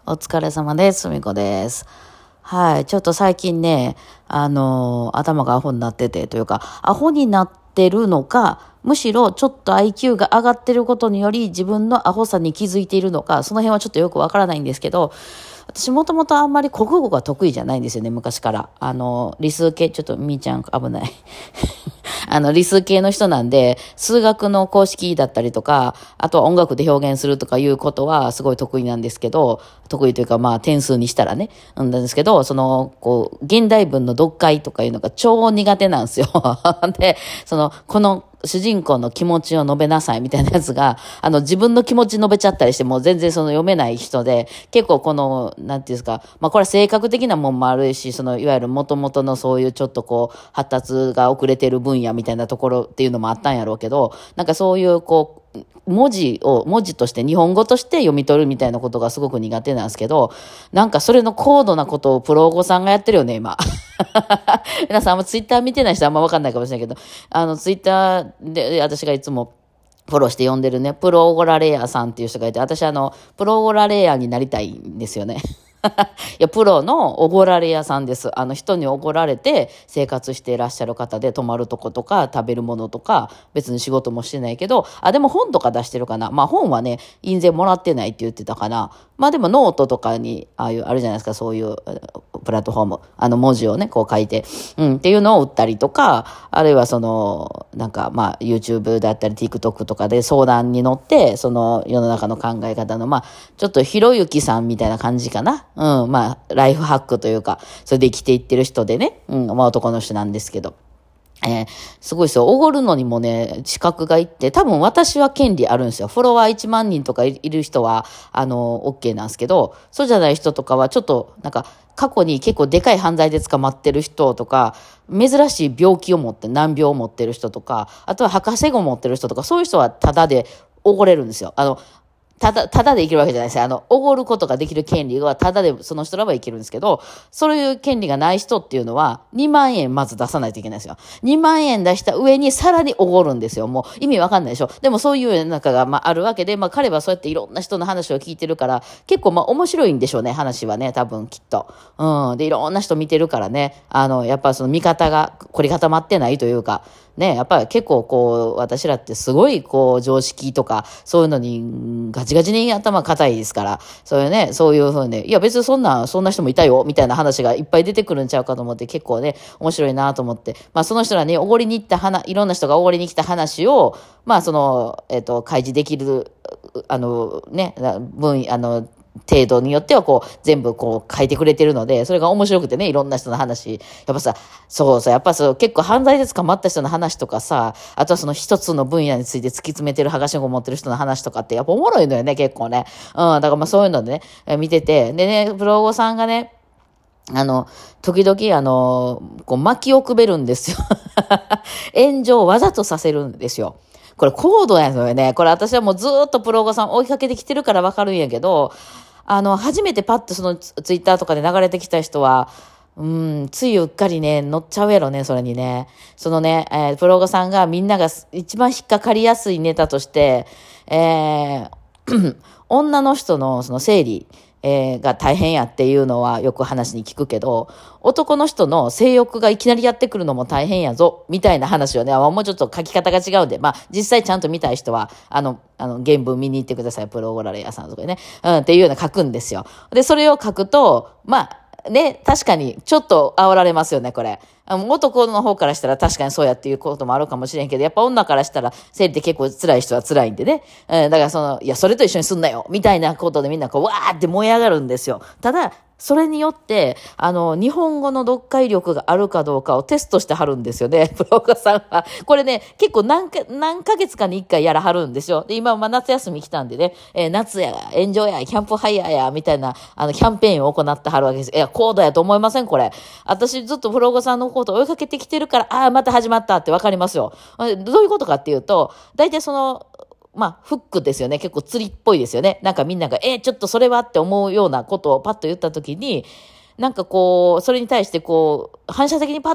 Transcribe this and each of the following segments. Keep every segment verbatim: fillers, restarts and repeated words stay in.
お疲れ様です。すみこです。はい。ちょっと最近ね、あのー頭がアホになっててというか、アホになってるのか、むしろちょっと アイキュー が上がってることにより自分のアホさに気づいているのか、その辺はちょっとよくわからないんですけど、私もともとあんまり国語が得意じゃないんですよね、昔から。あの、理数系、ちょっとみーちゃん危ない。あの、理数系の人なんで、数学の公式だったりとか、あとは音楽で表現するとかいうことはすごい得意なんですけど、得意というかまあ点数にしたらね、なんですけど、その、こう、現代文の読解とかいうのが超苦手なんですよ。で、その、この、主人公の気持ちを述べなさいみたいなやつが、あの自分の気持ち述べちゃったりしても全然その読めない人で、結構この、なんていうんですか、まあこれは性格的なもんもあるし、そのいわゆる元々のそういうちょっとこう、発達が遅れてる分野みたいなところっていうのもあったんやろうけど、なんかそういうこう、文字を、文字として、日本語として読み取るみたいなことがすごく苦手なんですけど、なんかそれの高度なことをプロゴさんがやってるよね、今。皆さんあんまツイッター見てない人あんまわかんないかもしれないけど、あのツイッターで私がいつもフォローして呼んでるね、プロオゴラレイヤーさんっていう人がいて、私あの、プロオゴラレイヤーになりたいんですよね。いや、プロのおごられ屋さんです。あの、人におごられて生活していらっしゃる方で、泊まるとことか、食べるものとか、別に仕事もしてないけど、あ、でも本とか出してるかな。まあ本はね、印税もらってないって言ってたかな。まあでもノートとかに、ああいう、あるじゃないですか、そういうプラットフォーム。あの文字をね、こう書いて、うん、っていうのを売ったりとか、あるいはその、なんかまあ YouTube だったり TikTok とかで相談に乗って、その世の中の考え方の、まあ、ちょっとひろゆきさんみたいな感じかな。うん、まあ、ライフハックというか、それで生きていってる人でね、うん、まあ男の人なんですけど。えー、すごいですよ。おごるのにもね、資格がいって、多分私は権利あるんですよ。フォロワーいちまん人とかいる人は、あの、OK なんですけど、そうじゃない人とかは、ちょっと、なんか、過去に結構でかい犯罪で捕まってる人とか、珍しい病気を持って、難病を持ってる人とか、あとは博士号を持ってる人とか、そういう人はタダでおごれるんですよ。あの、ただ、ただで生きるわけじゃないですよ。あの、おごることができる権利はただでその人らは生きるんですけど、そういう権利がない人っていうのはにまん円まず出さないといけないんですよ。にまん円出した上にさらにおごるんですよ。もう意味わかんないでしょ。でもそういう世の中がまああるわけで、まあ彼はそうやっていろんな人の話を聞いてるから、結構まあ面白いんでしょうね、話はね、多分きっと。うん。で、いろんな人見てるからね、あの、やっぱその見方が凝り固まってないというか、ね、やっぱり結構こう、私らってすごいこう、常識とか、そういうのにガチガチに頭固いですから、そういうね、そういうふうに、いや別にそんな、そんな人もいたよ、みたいな話がいっぱい出てくるんちゃうかと思って、結構ね、面白いなと思って、まあその人らにおごりに行った話、いろんな人がおごりに来た話を、まあその、えっと、開示できる、あの、ね、分、あの、程度によってはこう全部こう書いてくれてるので、それが面白くてね、いろんな人の話。やっぱさ、そうそう、やっぱそう、結構犯罪で捕まった人の話とかさ、あとはその一つの分野について突き詰めてる剥がし子持ってる人の話とかってやっぱおもろいのよね、結構ね。うん、だからまあそういうのでね、え見てて、でね、ブロゴさんがね、あの、時々あの、こう巻きをくべるんですよ。炎上をわざとさせるんですよ。これ高度やのよね。これ私はもうずーっとプロゴさん追いかけてきてるからわかるんやけど、あの、初めてパッとそのツツイッターとかで流れてきた人は、うん、ついうっかりね、乗っちゃうやろね、それにね。そのね、えープロゴさんがみんなが一番引っかかりやすいネタとして、えー女の人のその生理、えーが大変やっていうのはよく話に聞くけど、男の人の性欲がいきなりやってくるのも大変やぞ、みたいな話をね、もうちょっと書き方が違うんで、まあ実際ちゃんと見たい人は、あの、あの、原文見に行ってください、プロオゴラレイヤーさんとかね、うん、っていうような書くんですよ。で、それを書くと、まあ、ね、確かに、ちょっと煽られますよね、これ。あの男の方からしたら確かにそうやっていうこともあるかもしれんけど、やっぱ女からしたら、生理って結構辛い人は辛いんでね。うん、だからその、いや、それと一緒にすんなよみたいなことでみんなこう、わーって燃え上がるんですよ。ただ、それによって、あの、日本語の読解力があるかどうかをテストしてはるんですよね、プロガさんは。これね、結構何か、何ヶ月かに一回やらはるんですよ。で、今、まあ、夏休み来たんでね、えー夏や、炎上や、キャンプファイヤーや、みたいな、あの、キャンペーンを行ってはるわけです。いや、高度やと思いませんこれ。私、ずっとプロガさんのことを追いかけてきてるから、ああ、また始まったってわかりますよ。どういうことかっていうと、大体その、まあ、フックですよね。結構釣りっぽいですよね。なんかみんなが、えー、ちょっとそれはって思うようなことをパッと言ったときに、なんかこう、それに対してこう、反射的にパッと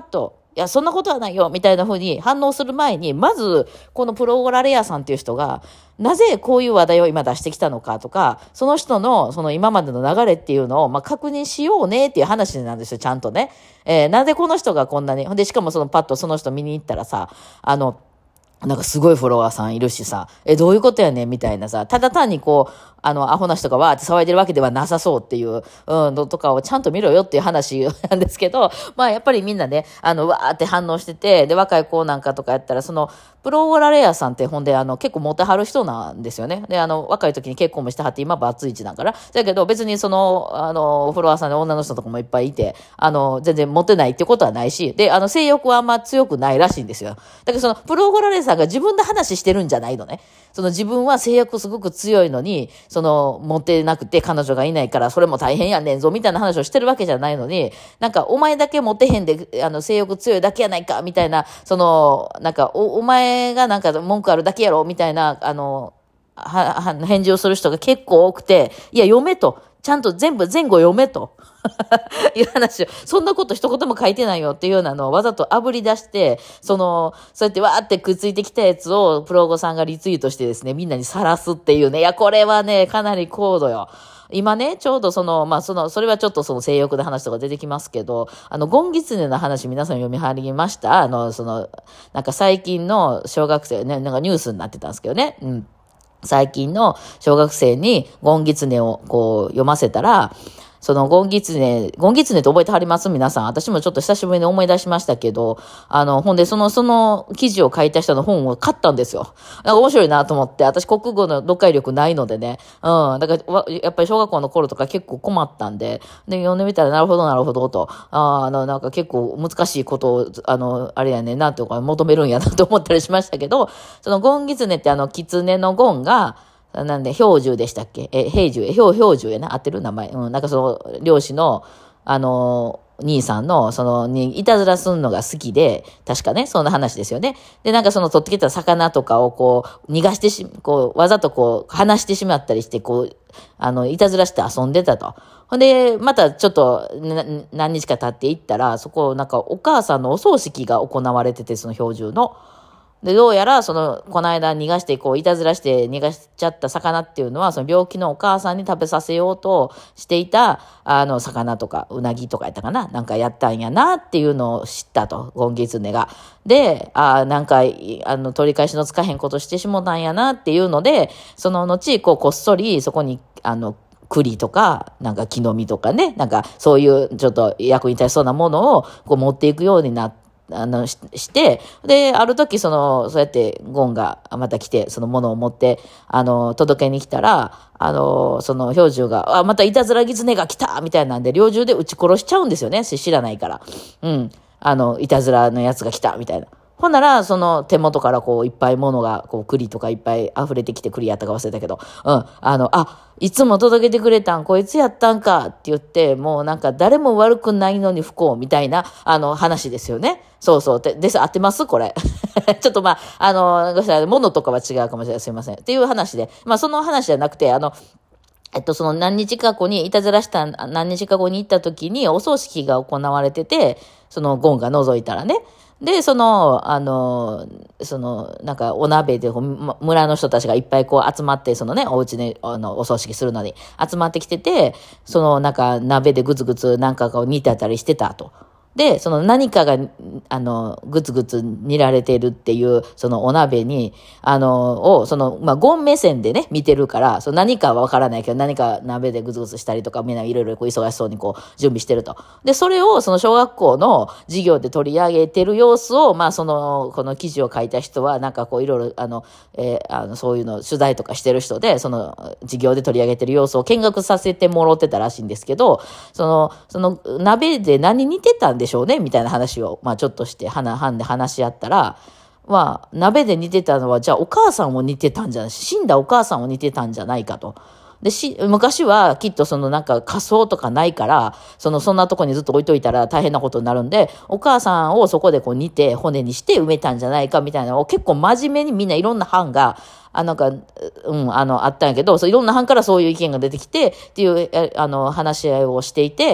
いや、そんなことはないよ、みたいな風に反応する前に、まず、このプロゴラレアさんっていう人が、なぜこういう話題を今出してきたのかとか、その人の、その今までの流れっていうのを、まあ、確認しようねっていう話なんですよ、ちゃんとね。えー、なぜこの人がこんなに、ほんで、しかもそのパッとその人見に行ったらさ、あの、なんかすごいフォロワーさんいるしさ、え、どういうことやねんみたいなさ、ただ単にこう、あの、アホな人がわーって騒いでるわけではなさそうっていう、うん、のとかをちゃんと見ろよっていう話なんですけど、まあやっぱりみんなね、あの、わーって反応してて、で、若い子なんかとかやったら、その、プロゴラレアさんってほんで、あの、結構モテはる人なんですよね。で、あの、若い時に結婚もしてはって、今バツイチだから。だけど別にその、あの、フォロワーさんで女の人とかもいっぱいいて、あの、全然モテないってことはないし、で、あの、性欲はあんま強くないらしいんですよ。だけどその、プロゴラレアさんが自分で話してるんじゃないのね。その自分は性欲すごく強いのに、その、モテなくて彼女がいないから、それも大変やねんぞ、みたいな話をしてるわけじゃないのに、なんか、お前だけモテへんで、あの、性欲強いだけやないか、みたいな、その、なんか、お、お前がなんか文句あるだけやろ、みたいな、あの、は、は、返事をする人が結構多くて、いや、読めと。ちゃんと全部前後読めと。いう話を、そんなこと一言も書いてないよっていうようなのをわざと炙り出して、その、そうやってわーってくっついてきたやつをプロゴさんがリツイートしてですね、みんなにさらすっていうね。いや、これはね、かなり高度よ。今ね、ちょうどその、まあ、その、それはちょっとその性欲の話とか出てきますけど、あの、ゴンギツネの話皆さん読み入りました？あの、その、なんか最近の小学生ね、なんかニュースになってたんですけどね。うん。最近の小学生にゴンギツネをこう読ませたら、そのゴンギツネ、ゴンギツネって覚えてはります皆さん？私もちょっと久しぶりに思い出しましたけど、あの、ほんでその、その記事を書いた人の本を買ったんですよ。なんか面白いなと思って、私国語の読解力ないのでね、うん、だからやっぱり小学校の頃とか結構困ったんで、で、読んでみたらなるほどなるほどと、ああの、なんか結構難しいことを、あの、あれやねんなとか求めるんやなと思ったりしましたけど、そのゴンギツネってあの、キツネのゴンが、なんで、氷獣でしたっけえ、平獣、氷、氷獣やな合ってる名前。うん、なんかその、漁師の、あのー、兄さんの、その、に、いたずらすんのが好きで、確かね、そんな話ですよね。で、なんかその、取ってきた魚とかをこう、逃がしてし、こう、わざとこう、離してしまったりして、こう、あの、いたずらして遊んでたと。ほんで、またちょっと、何日か経っていったら、そこ、なんか、お母さんのお葬式が行われてて、その氷獣の。で、どうやら、その、この間逃がして、こう、いたずらして逃がしちゃった魚っていうのは、その病気のお母さんに食べさせようとしていた、あの、魚とか、うなぎとかやったかななんかやったんやなっていうのを知ったと、ゴンギツネが。で、あなんか、あの、取り返しのつかへんことしてしもたんやなっていうので、その後、こう、こっそり、そこに、あの、栗とか、なんか木の実とかね、なんかそういうちょっと役に立ちそうなものをこう持っていくようになって、あの、し、して、で、ある時、その、そうやって、ゴンがまた来て、そのものを持って、あの、届けに来たら、あの、その、氷獣が、あ、またいたずら狐が来たみたいなんで、猟銃で撃ち殺しちゃうんですよね。知らないから。うん。あの、いたずらのやつが来たみたいな。ほんなら、その手元からこういっぱい物が、こう栗とかいっぱい溢れてきて、栗やったか忘れたけど、うん、あの、あ、いつも届けてくれたん、こいつやったんかって言って、もうなんか誰も悪くないのに不幸みたいな、あの話ですよね。そうそう。で、です、合ってますこれ。ちょっとまあ、あの、ごめんなさい、物とかは違うかもしれない。すいません。っていう話で、まあその話じゃなくて、あの、えっと、その何日か後に、いたずらした何日か後に行った時に、お葬式が行われてて、そのゴンが覗いたらね、で、その、あの、その、なんか、お鍋で、村の人たちがいっぱいこう集まって、そのね、お家で、あの、お葬式するのに集まってきてて、その、なんか、鍋でぐつぐつなんかを煮てたりしてたと。で、その何かが、あの、ぐつぐつ煮られているっていう、そのお鍋に、あの、を、その、まあ、ゴン目線でね、見てるから、その何かはわからないけど、何か鍋でぐつぐつしたりとか、みんないろいろこう忙しそうにこう、準備してると。で、それを、その小学校の授業で取り上げてる様子を、まあ、その、この記事を書いた人は、なんかこう、いろいろ、あの、えー、あの、そういうの、取材とかしてる人で、その、授業で取り上げてる様子を見学させてもらってたらしいんですけど、その、その、鍋で何似てたんでしょうねみたいな話を、まあちょっとして、はな、はんで話し合ったら、まあ、鍋で似てたのは、じゃあお母さんを似てたんじゃない、死んだお母さんを似てたんじゃないかと。で、し、昔はきっとそのなんか仮装とかないから、そのそんなとこにずっと置いといたら大変なことになるんで、お母さんをそこでこう煮て骨にして埋めたんじゃないかみたいなのを結構真面目にみんないろんな班が、あ、なんか、うん、あの、あったんやけど、そういろんな班からそういう意見が出てきて、っていう、あの、話し合いをしていて、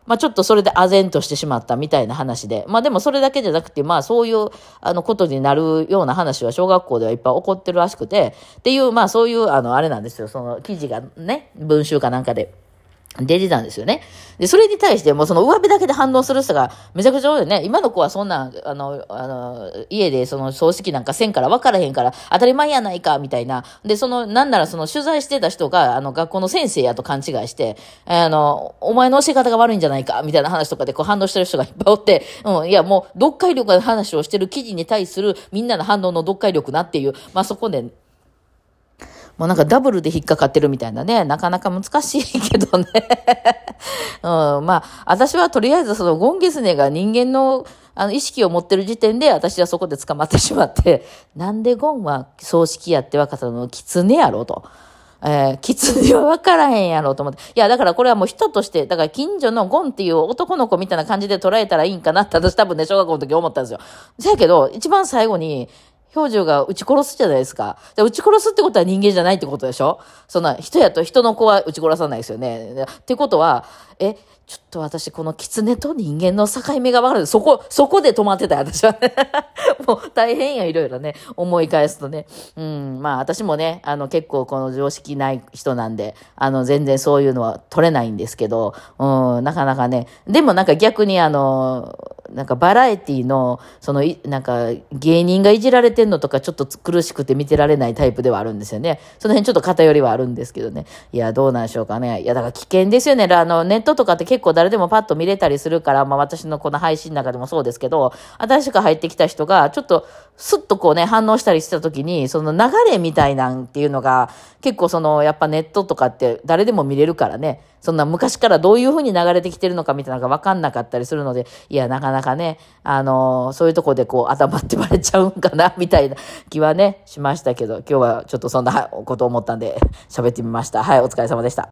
まあちょっとそれで唖然としてしまったみたいな話で。まあでもそれだけじゃなくて、まあそういう、あの、ことになるような話は小学校ではいっぱい起こってるらしくて、っていう、まあそういう、あの、あれなんですよ。その記事がね、文集かなんかで。出てたんですよね。で、それに対してもうその上辺だけで反応する人がめちゃくちゃ多いよね。今の子はそんな、あの、あの、家でその葬式なんかせんから分からへんから当たり前やないか、みたいな。で、その、なんならその取材してた人が、あの、学校の先生やと勘違いして、あの、お前の教え方が悪いんじゃないか、みたいな話とかでこう反応してる人がいっぱいおって、うん、いや、もう、読解力の話をしてる記事に対するみんなの反応の読解力なっていう、まあそこで、もうなんかダブルで引っかかってるみたいなね、なかなか難しいけどね。うん、まあ、私はとりあえずそのゴンギツネが人間のあの意識を持ってる時点で私はそこで捕まってしまって、なんでゴンは葬式やって分かったのキツネやろと。えー、キツネは分からへんやろと思って。いや、だからこれはもう人として、だから近所のゴンっていう男の子みたいな感じで捉えたらいいんかなって私多分ね、小学校の時思ったんですよ。せやけど、一番最後に、表情が撃ち殺すじゃないですか。で撃ち殺すってことは人間じゃないってことでしょ。そんな人やと人の子は撃ち殺さないですよね。ってことは、え、ちょっと私この狐と人間の境目が分かる。そこ、そこで止まってたよ、私はね。もう大変や、いろいろね、思い返すとね。うん、まあ私もね、あの結構この常識ない人なんで、あの全然そういうのは取れないんですけど、うん、なかなかね、でもなんか逆にあの、なんかバラエティの、その、なんか芸人がいじられてんのとかちょっと苦しくて見てられないタイプではあるんですよね。その辺ちょっと偏りはあるんですけどね。いや、どうなんでしょうかね。いや、だから危険ですよね。あの、ネットとかって結構誰でもパッと見れたりするから、まあ私のこの配信の中でもそうですけど、新しく入ってきた人がちょっとスッとこうね、反応したりした時に、その流れみたいなんっていうのが、結構その、やっぱネットとかって誰でも見れるからね。そんな昔からどういう風に流れてきてるのかみたいなのが分かんなかったりするので、いや、なかなかね、あのー、そういうとこでこう、頭って割れちゃうんかな、みたいな気はね、しましたけど、今日はちょっとそんなこと思ったんで、喋ってみました。はい、お疲れ様でした。